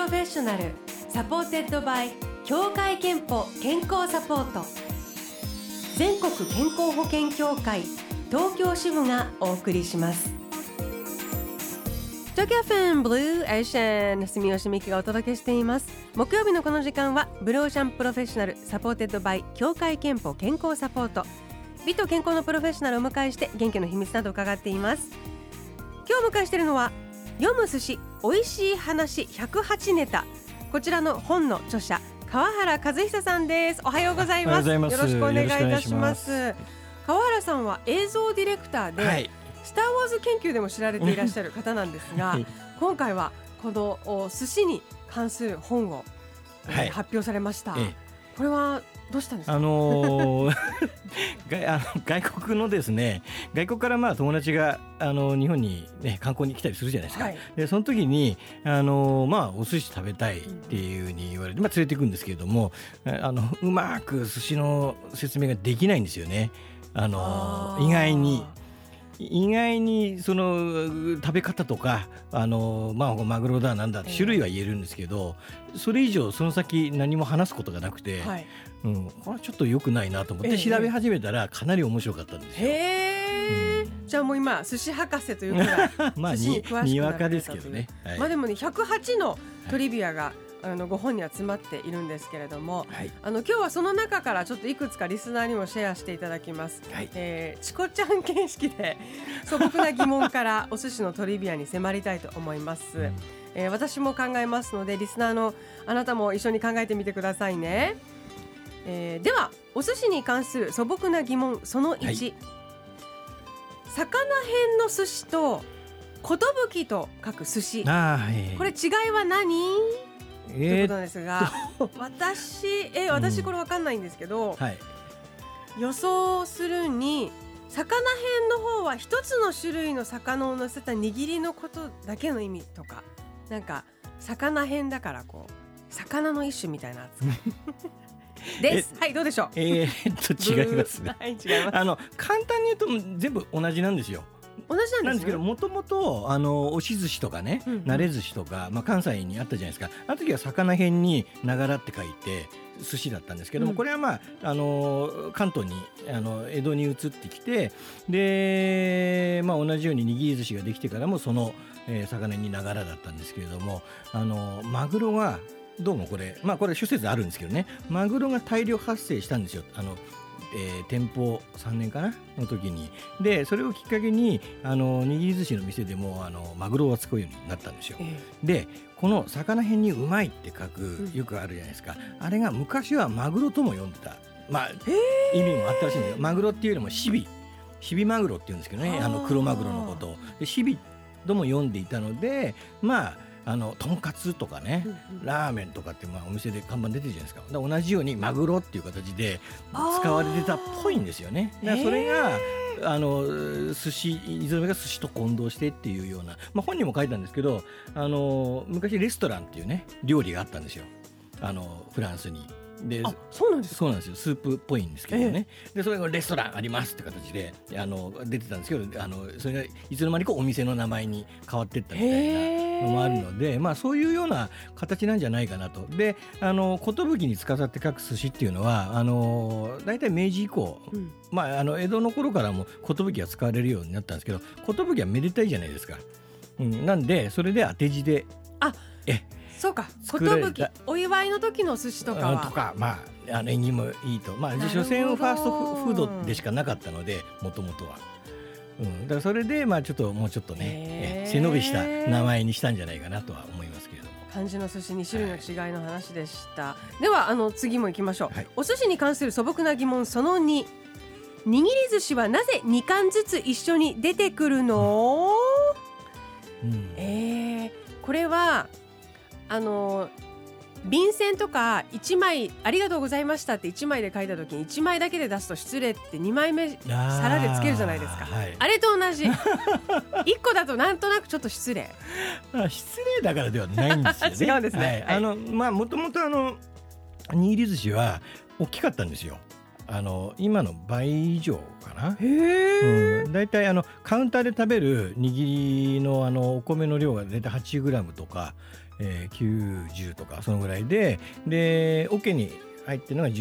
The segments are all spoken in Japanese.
ロフェッショナルサポーテッドバイ協会憲法健康サポート、全国健康保険協会東京支部がお送りします。東京フェンブルーエーシャン住吉美希がお届けしています。木曜日のこの時間はブルーオーシャンプロフェッショナルサポーテッドバイ協会憲法健康サポート、美と健康のプロフェッショナルをお迎えして元気の秘密などを伺っています。今日お迎えしているのは読む寿司おいしい話108ネタ、こちらの本の著者川原和久さんです。おはようございます。よろしくお願いいたします。川原さんは映像ディレクターで、はい、スターウォーズ研究でも知られていらっしゃる方なんですが、はい、今回はこの寿司に関する本を、発表されました。これはどうしたんですか？ 外国のですね、外国から友達が日本に、観光に来たりするじゃないですか、でその時にお寿司食べたいっていう風に言われて、連れて行くんですけれども、うまく寿司の説明ができないんですよね。意外にその食べ方とかマグロだなんだって種類は言えるんですけど、それ以上その先何も話すことがなくて、これちょっと良くないなと思って調べ始めたらかなり面白かったんですよ。 じゃあもう今寿司博士というくらい寿司に詳しくなるにわかですけどね、 でもね108のトリビアが、ご本には詰まっているんですけれども、今日はその中からちょっといくつかリスナーにもシェアしていただきます。チコちゃん形式で素朴な疑問からお寿司のトリビアに迫りたいと思います。私も考えますのでリスナーのあなたも一緒に考えてみてくださいね。ではお寿司に関する素朴な疑問その1、魚編の寿司と寿と書く寿司、これ違いは何？ということなんですが、私これ分かんないんですけど、予想するに魚編の方は一つの種類の魚を乗せた握りのことだけの意味とか、なんか魚編だからこう魚の一種みたいな扱いです。どうでしょう？違いますね。違います。簡単に言うと全部同じなんですよ。 同じなんですけど、もともと押し寿司とかね、慣れ寿司とか、関西にあったじゃないですか。あの時は魚辺にながらって書いて寿司だったんですけども、これは関東に江戸に移ってきて、で、同じように握り寿司ができてからもその、魚にながらだったんですけれども、マグロはどうもこれ諸説あるんですけどね、マグロが大量発生したんですよ。天保3年かなの時に。でそれをきっかけに握り寿司の店でもマグロを扱うようになったんですよ。でこの魚辺にうまいって書くよくあるじゃないですか、あれが昔はマグロとも呼んでた、意味もあったらしいんですよ。マグロっていうよりもシビマグロっていうんですけどね、黒マグロのことでシビとも呼んでいたので、とんかつとかね、ラーメンとかってお店で看板出てるじゃないですか。同じようにマグロっていう形で使われてたっぽいんですよね。だからそれが寿司いずれが寿司と混同してっていうような、本にも書いたんですけど、昔レストランっていうね料理があったんですよ、フランスに。でそうなんですか？ そうなんですよ。スープっぽいんですけどね、でそれがレストランありますって形で出てたんですけど、それがいつの間にかお店の名前に変わっていったみたいなのもあるので、そういうような形なんじゃないかなと。で寿に司って書く寿司っていうのは大体明治以降、江戸の頃からも寿が使われるようになったんですけど、寿はめでたいじゃないですか、なんでそれで当て字でそうか、寿お祝いの時の寿司とかは縁起もいいと、所詮ファーストフードでしかなかったので、もともとは、だからそれでもうちょっとね背伸びした名前にしたんじゃないかなとは思いますけれども。 漢字の寿司2種類の違いの話でした。では次も行きましょう。お寿司に関する素朴な疑問その2、握り寿司はなぜ2貫ずつ一緒に出てくるの？これは便箋とか1枚ありがとうございましたって1枚で書いた時に1枚だけで出すと失礼って2枚目皿でつけるじゃないですか、あれと同じ1個だとなんとなくちょっと失礼失礼だからではないんですよね。 違うんですね。 もともと握り寿司は大きかったんですよ。 今の倍以上かな。だいたいカウンターで食べる握りのお米の量がだいたい 80g とか、90とかそのぐらいで桶に入ってるのが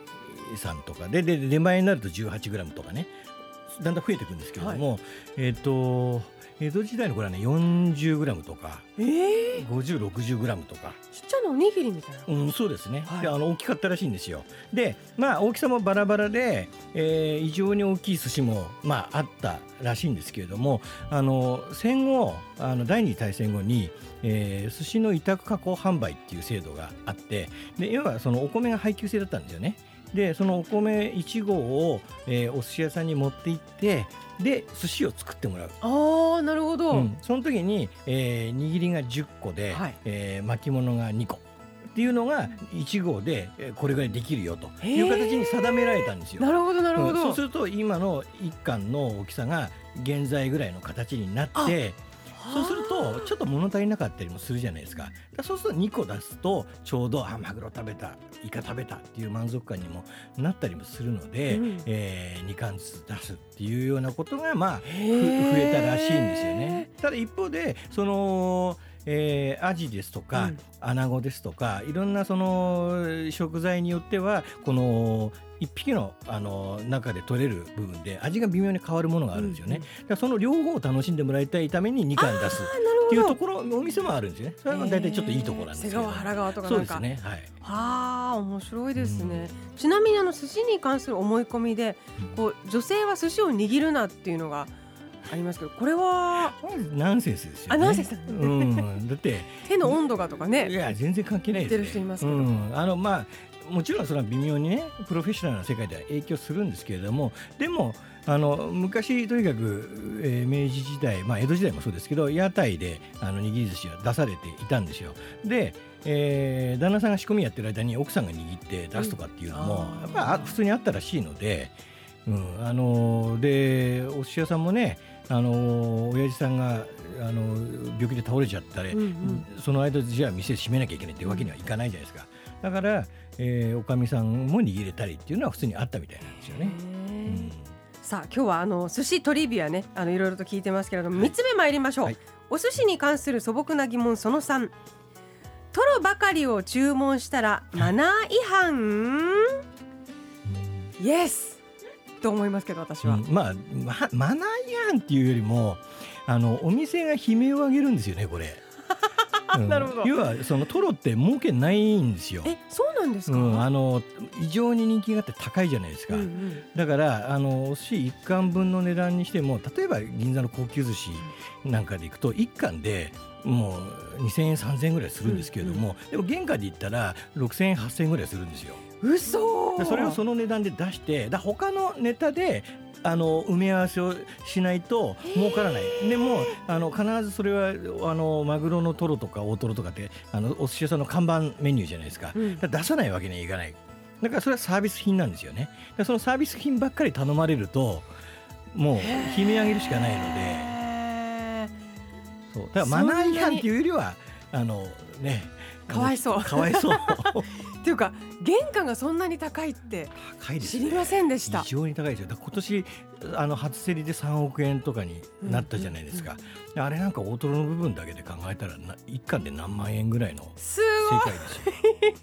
12、3とかで出前になると 18g とかね、だんだん増えていくんですけれども、江戸時代のこれはね 40g とか、50、60g とか、 ちっちゃなおにぎりみたいな、 そうですね、で大きかったらしいんですよ。で大きさもバラバラで、異常に大きい寿司もあったらしいんですけれども、戦後第二次大戦後に、寿司の委託加工販売っていう制度があって、で要はそのお米が配給制だったんですよね。でそのお米1合を、お寿司屋さんに持って行ってで寿司を作ってもらう。 なるほど、 その時に、握りが10個で、巻物が2個っていうのが1合でこれぐらいできるよという形に定められたんですよ。 なるほどなるほど、 そうすると今の1貫の大きさが現在ぐらいの形になって、そうするとちょっと物足りなかったりもするじゃないですか。そうすると2個出すとちょうどマグロ食べた、イカ食べたっていう満足感にもなったりもするので、2貫ずつ出すっていうようなことが増えたらしいんですよね。ただ一方でそのアジですとか、アナゴですとか、いろんなその食材によってはこの一匹の中で取れる部分で味が微妙に変わるものがあるんですよね。だからその両方を楽しんでもらいたいために2貫出すっていうところお店もあるんですよね。それは大体ちょっといいところなんですけど、 瀬川原川とかそうですね。 面白いですね。ちなみに寿司に関する思い込みで、女性は寿司を握るなっていうのがありますけど、これはナンセンスですよね。 ナンセンスだって手の温度がとかね、 いや全然関係ないですね。 言ってる人いますけど、 もちろんそれは微妙にねプロフェッショナルな世界では影響するんですけれども、でも昔とにかく、明治時代、江戸時代もそうですけど、屋台で握り寿司は出されていたんですよ。で、旦那さんが仕込みやってる間に奥さんが握って出すとかっていうのも、やっぱ普通にあったらしいので、でお寿司屋さんもね、親父さんが病気で倒れちゃったり、その間じゃあ店閉めなきゃいけないっていうわけにはいかないじゃないですか。だから、おかみさんも握れたりっていうのは普通にあったみたいなんですよね。 さあ今日は寿司トリビアね、いろいろと聞いてますけれども、3つ目参りましょう。お寿司に関する素朴な疑問その3、トロばかりを注文したらマナー違反？イエスと思いますけど、私は、 マナー違反っていうよりもお店が悲鳴を上げるんですよね、これ。 なるほど。 要はそのトロって儲けないんですよ。 そうなんですか。 異常に人気があって高いじゃないですか。だからお寿司1貫分の値段にしても、例えば銀座の高級寿司なんかで行くと1貫でもう2000円3000円ぐらいするんですけれども、でも原価で言ったら6000円8000円ぐらいするんですよ。 嘘。 それをその値段で出して、他のネタで埋め合わせをしないと儲からない。でも必ずそれはマグロのトロとか大トロとかってお寿司屋さんの看板メニューじゃないですか。だから出さないわけにはいかない。だからそれはサービス品なんですよね。だからそのサービス品ばっかり頼まれるともう悲鳴上げるしかないので、そうだからマナー違反っていうよりはかわいそうっていうか、原価がそんなに高いって知りませんでした。 非常に高いですよ。だから今年初競りで3億円とかになったじゃないですか。あれなんか大トロの部分だけで考えたら1貫で何万円ぐらいの世界ですよ。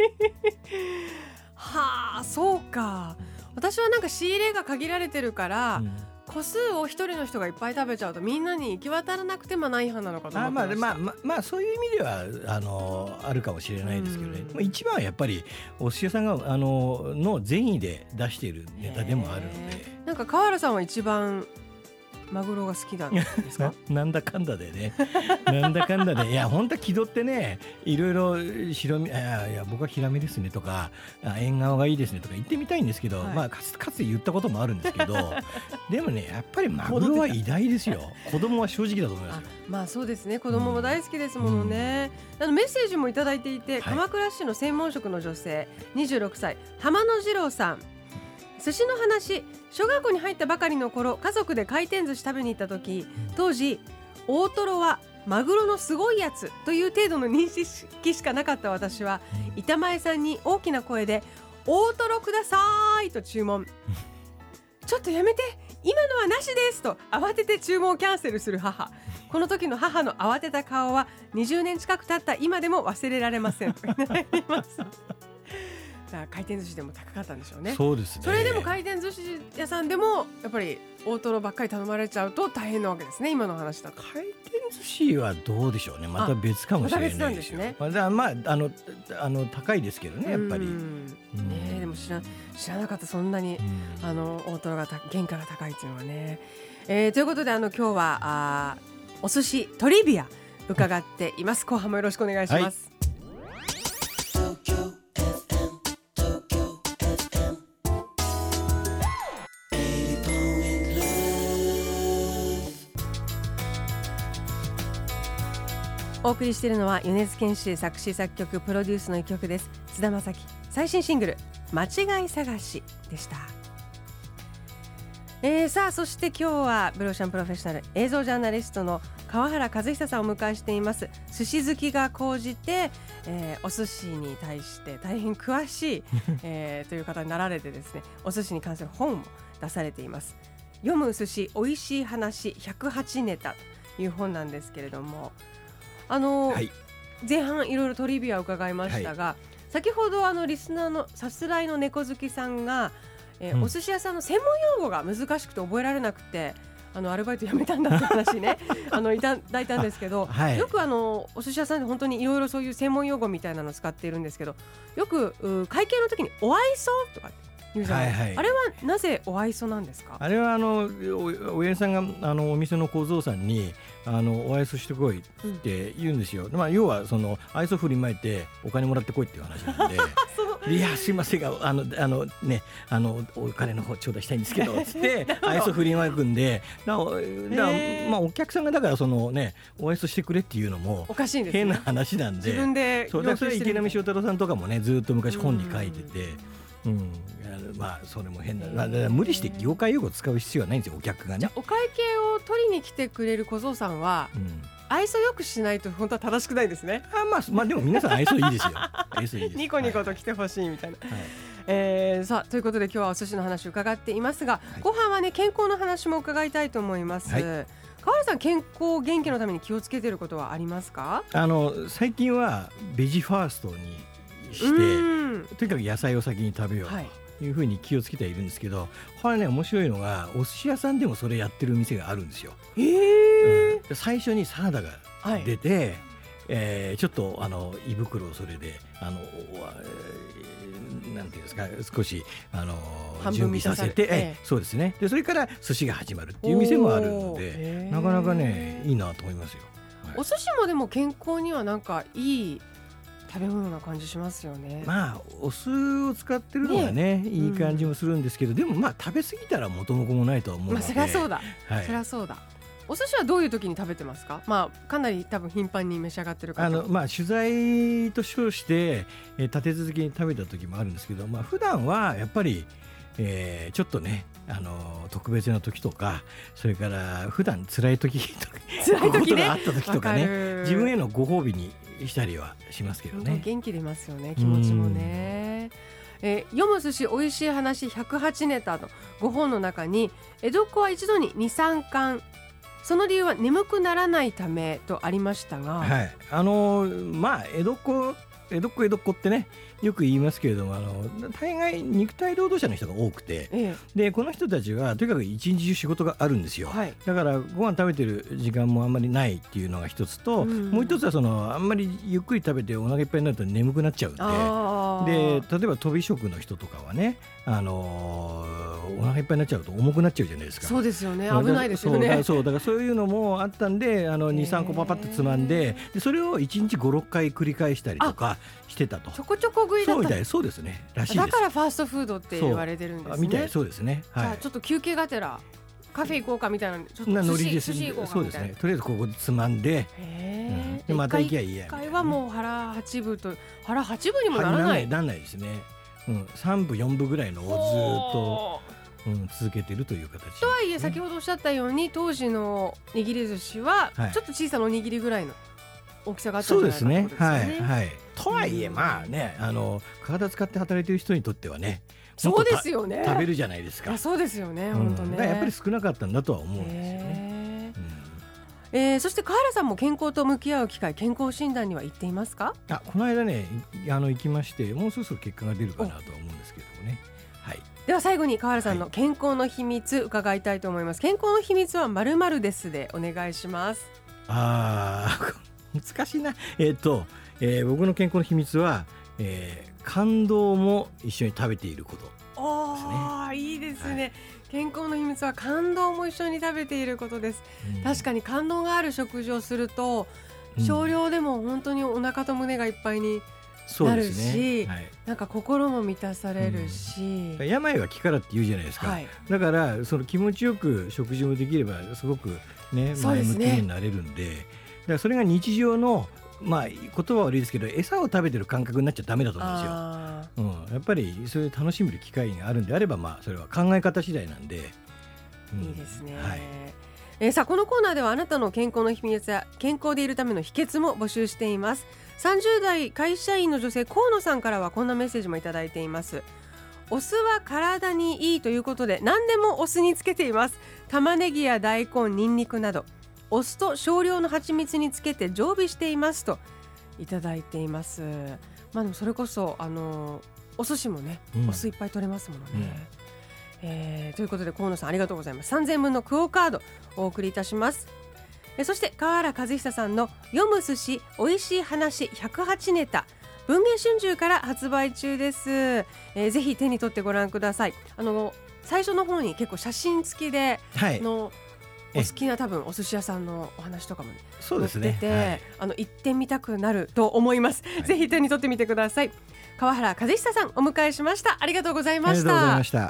はあ、そうか。私はなんか仕入れが限られてるから、個数を一人の人がいっぱい食べちゃうとみんなに行き渡らなくてマナー違反なのかと思ってました。 そういう意味ではあるかもしれないですけどね。一番はやっぱりお寿司屋さんがの善意で出しているネタでもあるので。 なんか川原さんは一番マグロが好きなんですか？ なんだかんだでねなんだかんだで、いや本当は気取ってね、いろいろ白身、いや僕はヒラメですねとか縁側がいいですねとか言ってみたいんですけど、かつて言ったこともあるんですけどでもね、やっぱりマグロは偉大ですよ。子供は正直だと思いますよ。 そうですね、子供も大好きですものね。メッセージもいただいていて、鎌倉市の専門職の女性26歳浜野次郎さん、寿司の話、小学校に入ったばかりの頃、家族で回転寿司食べに行った時、当時大トロはマグロのすごいやつという程度の認識しかなかった私は、板前さんに大きな声で大トロくださいと注文ちょっとやめて、今のはなしですと慌てて注文をキャンセルする母。この時の母の慌てた顔は20年近く経った今でも忘れられませんといただいています。回転寿司でも高かったんでしょうね。 そうですね。 それでも回転寿司屋さんでもやっぱり大トロばっかり頼まれちゃうと大変なわけですね、今の話だと。 回転寿司はどうでしょうね、また別かもしれないですよ。 また別なんですね。 高いですけどね、やっぱり。 でも知らなかった、そんなに大トロが原価が高いっていうのはね。ということで今日はお寿司トリビア伺っています。後半もよろしくお願いします。お送りしているのは米津玄師作詞作曲プロデュースの一曲です。津田正樹最新シングル間違い探しでした。さあそして今日はブローシャンプロフェッショナル映像ジャーナリストの川原和久さんをお迎えしています。寿司好きが高じて、お寿司に対して大変詳しい、という方になられてですね、お寿司に関する本も出されています。読む寿司おいしい話108ネタという本なんですけれども、前半いろいろトリビアを伺いましたが、先ほどリスナーのさすらいの猫好きさんが、お寿司屋さんの専門用語が難しくて覚えられなくてアルバイト辞めたんだって話ねいただいたんですけど、よくお寿司屋さんで本当にいろいろそういう専門用語みたいなのを使っているんですけど、よく会計の時にお愛想とか言うじゃないですか、あれはなぜお愛想なんですか？ あれはおやじさんがお店の小僧さんにお愛想してこいって言うんですよ。要は愛想振りまいてお金もらってこいっていう話なんでいやすいませんがお金の方頂戴したいんですけどつって愛想振りまくんで、お客さんがだからお愛想してくれっていうのもおかしいんですね、 変な話なんで。 自分でそれ池波正太郎さんとかもねずっと昔本に書いてて、それも変な、無理して業界用語を使う必要はないんですよ、お客がね。 お会計を取りに来てくれる小僧さんは、愛想よくしないと本当は正しくないですね。 でも皆さん愛想いいですよ愛想いいです。 ニコニコと来てほしいみたいな、さあということで今日はお寿司の話を伺っていますが、後半はね健康の話も伺いたいと思います。川原さん、健康元気のために気をつけていることはありますか？ 最近はベジファーストにしてとにかく野菜を先に食べようというふうに気をつけているんですけど、これね面白いのがお寿司屋さんでもそれやってる店があるんですよ。最初にサラダが出て、ちょっと胃袋をそれでなんていうんですか、少し準備させて、そうですね。でそれから寿司が始まるっていう店もあるので、なかなかねいいなと思いますよ。 お寿司もでも健康にはなんかいい食べ物な感じしますよね。 お酢を使ってるのがねいい感じもするんですけど、でも食べ過ぎたら元も子もないとは思うので、 そりゃそうだ、そりゃそうだ。お寿司はどういう時に食べてますか？かなり多分頻繁に召し上がってる方、 取材と称して立て続けに食べた時もあるんですけど、普段はやっぱりちょっとね特別な時とか、それから普段辛い時とかことがあった時とかね、自分へのご褒美にしたりはしますけどね。 元気出ますよね、気持ちもね。読む寿司おいしい話108ネタの5本の中に、江戸っ子は一度に 2,3 巻、その理由は眠くならないためとありましたが、 江戸っ子ってねよく言いますけれども、大概肉体労働者の人が多くて、でこの人たちはとにかく一日中仕事があるんですよ。だからご飯食べてる時間もあんまりないっていうのが一つと、もう一つはあんまりゆっくり食べてお腹いっぱいになると眠くなっちゃうんで、例えば飛び職の人とかはねお腹いっぱいになっちゃうと重くなっちゃうじゃないですか。 そうですよね、危ないですよね。 だからそういうのもあったんで2、3個パパッとつまんで、それを1日5、6回繰り返したりとかしてたと。 ちょこちょこ食いだった。 そうですね、らしいです。 だからファーストフードって言われてるんですね。 みたい、そうですね。 じゃあちょっと休憩がてらカフェ行こうかみたいな、ちょっとノリです。 寿司行こうかみたいな。 そうですね、とりあえずここでつまんで、でまた行きゃいいや。 1回はもう腹8分と腹8分にもならない。 なんないですね。3部4部ぐらいのをずっと続けてるという形。 とはいえ先ほどおっしゃったように、当時の握り寿司はちょっと小さなおにぎりぐらいの大きさがあったんじゃないかということですね。 そうですね。 とはいえまあね、体使って働いてる人にとってはね、 そうですよね、 食べるじゃないですか。 そうですよね、本当ね。 やっぱり少なかったんだとは思うんですよね。 そして川原さんも健康と向き合う機会、健康診断には行っていますか？ この間ね行きまして、もうそろそろ結果が出るかなとは思うんですけどもね。はい、では最後に川原さんの健康の秘密伺いたいと思います。健康の秘密は〇〇ですでお願いします。 難しいな。僕の健康の秘密は、感動も一緒に食べていることですね。 いいですね、健康の秘密は感動も一緒に食べていることです。確かに感動がある食事をすると、少量でも本当にお腹と胸がいっぱいになるし、なんか心も満たされるし、 病は気からって言うじゃないですか。だからその気持ちよく食事もできればすごくね、前向きになれるんで、だからそれが日常の言葉は悪いですけど、餌を食べてる感覚になっちゃダメだと思うんですよ。やっぱりそれで楽しめる機会があるんであれば、それは考え方次第なんで、いいですね。さあこのコーナーではあなたの健康の秘密や健康でいるための秘訣も募集しています。30代会社員の女性河野さんからはこんなメッセージもいただいています。お酢は体にいいということで何でもお酢につけています。玉ねぎや大根、ニンニクなどお酢と少量の蜂蜜につけて常備していますといただいています。でもそれこそお寿司もね、お酢いっぱい取れますものね。ということで河野さんありがとうございます。3000円分のクオカードお送りいたします。そして川原和久さんの読む寿司おいしい話108ネタ、文藝春秋から発売中です。ぜひ手に取ってご覧ください。最初の方に結構写真付きで、お好きな多分お寿司屋さんのお話とかも載ってて、行ってみたくなると思います。ぜひ手に取ってみてください。川原和久さんお迎えしました。ありがとうございました。 ありがとうございました。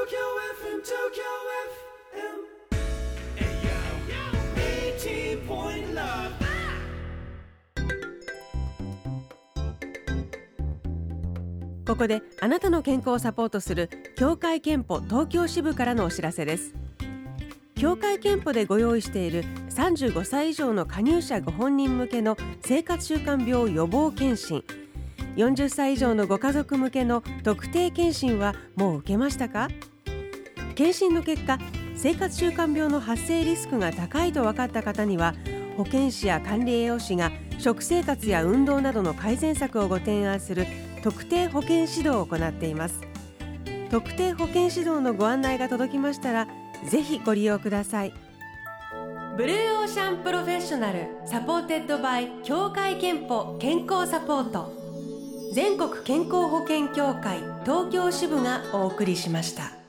ここであなたの健康をサポートする協会憲法東京支部からのお知らせです。協会憲法でご用意している35歳以上の加入者ご本人向けの生活習慣病予防検診、40歳以上のご家族向けの特定検診はもう受けましたか？検診の結果、生活習慣病の発生リスクが高いと分かった方には、保健師や管理栄養士が食生活や運動などの改善策をご提案する特定保健指導を行っています。特定保健指導のご案内が届きましたら、ぜひご利用ください。ブルーオーシャンプロフェッショナルサポーテッドバイ協会憲法健康サポート、全国健康保険協会東京支部がお送りしました。